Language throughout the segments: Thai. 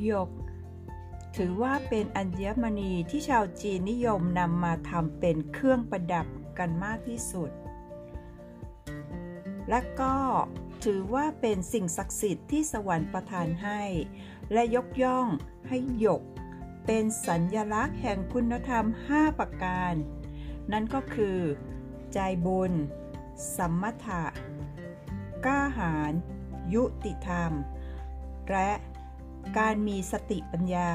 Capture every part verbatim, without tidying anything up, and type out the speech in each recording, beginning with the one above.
หยกถือว่าเป็นอัญมณีที่ชาวจีนนิยมนำมาทำเป็นเครื่องประดับกันมากที่สุดและก็ถือว่าเป็นสิ่งศักดิ์สิทธิ์ที่สวรรค์ประทานให้และยกย่องให้หยกเป็นสัญลักษณ์แห่งคุณธรรมห้าประการนั่นก็คือใจบุญสัมมัทธะกล้าหาญยุติธรรมและการมีสติปัญญา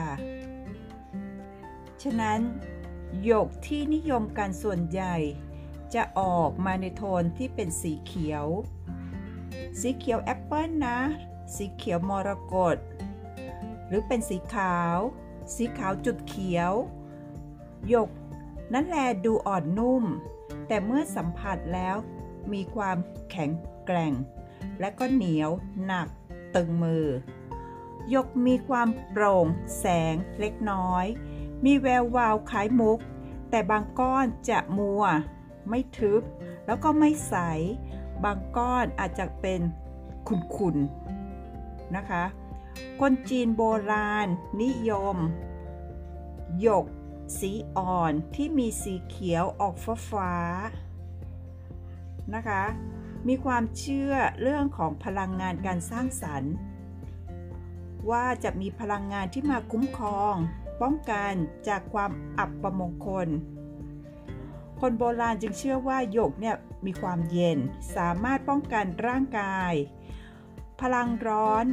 ฉะนั้นหยกที่นิยมกันส่วนใหญ่จะออกมาในโทนที่เป็นสีเขียวสีเขียวแอปเปิลนะสีเขียวมรกตหรือเป็นสีขาวสีขาวจุดเขียวหยกนั้นแลดูอ่อนนุ่มแต่เมื่อสัมผัสแล้วมีความแข็งแกร่งและก็เหนียวหนักตึงมือหยกมีความโปร่งแสงเล็กน้อยมีแวววาวคล้ายมุกแต่บางก้อนจะมัวไม่ทึบแล้วก็ไม่ใสบางก้อนอาจจะเป็นขุ่นๆนะคะคนจีนโบราณนิยมหยกสีอ่อนที่มีสีเขียวออกฟ้าๆนะคะมีความเชื่อเรื่องของพลังงานการสร้างสรรค์ว่าจะมีพลังงานที่มาคุ้มครองป้องกันจากความอัปมงคลคนโบราณจึงเชื่อว่าหยกเนี่ยมีความเย็นสามารถป้องกันร่างกายพลังร้อน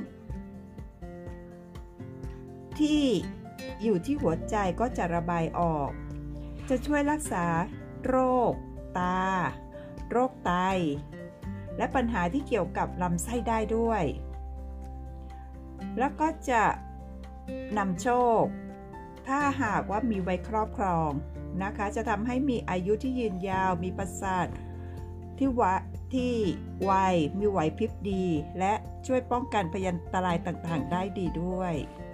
ที่อยู่ที่หัวใจก็จะระบายออกจะช่วยรักษาโรคตาโรคไตและปัญหาที่เกี่ยวกับลำไส้ได้ด้วยแล้วก็จะนำโชคถ้าหากว่ามีไว้ครอบครองนะคะจะทำให้มีอายุที่ยืนยาวมีประสาทที่วะที่ไวมีไหวพริบดีและช่วยป้องกันพยันตรายต่างๆได้ดีด้วย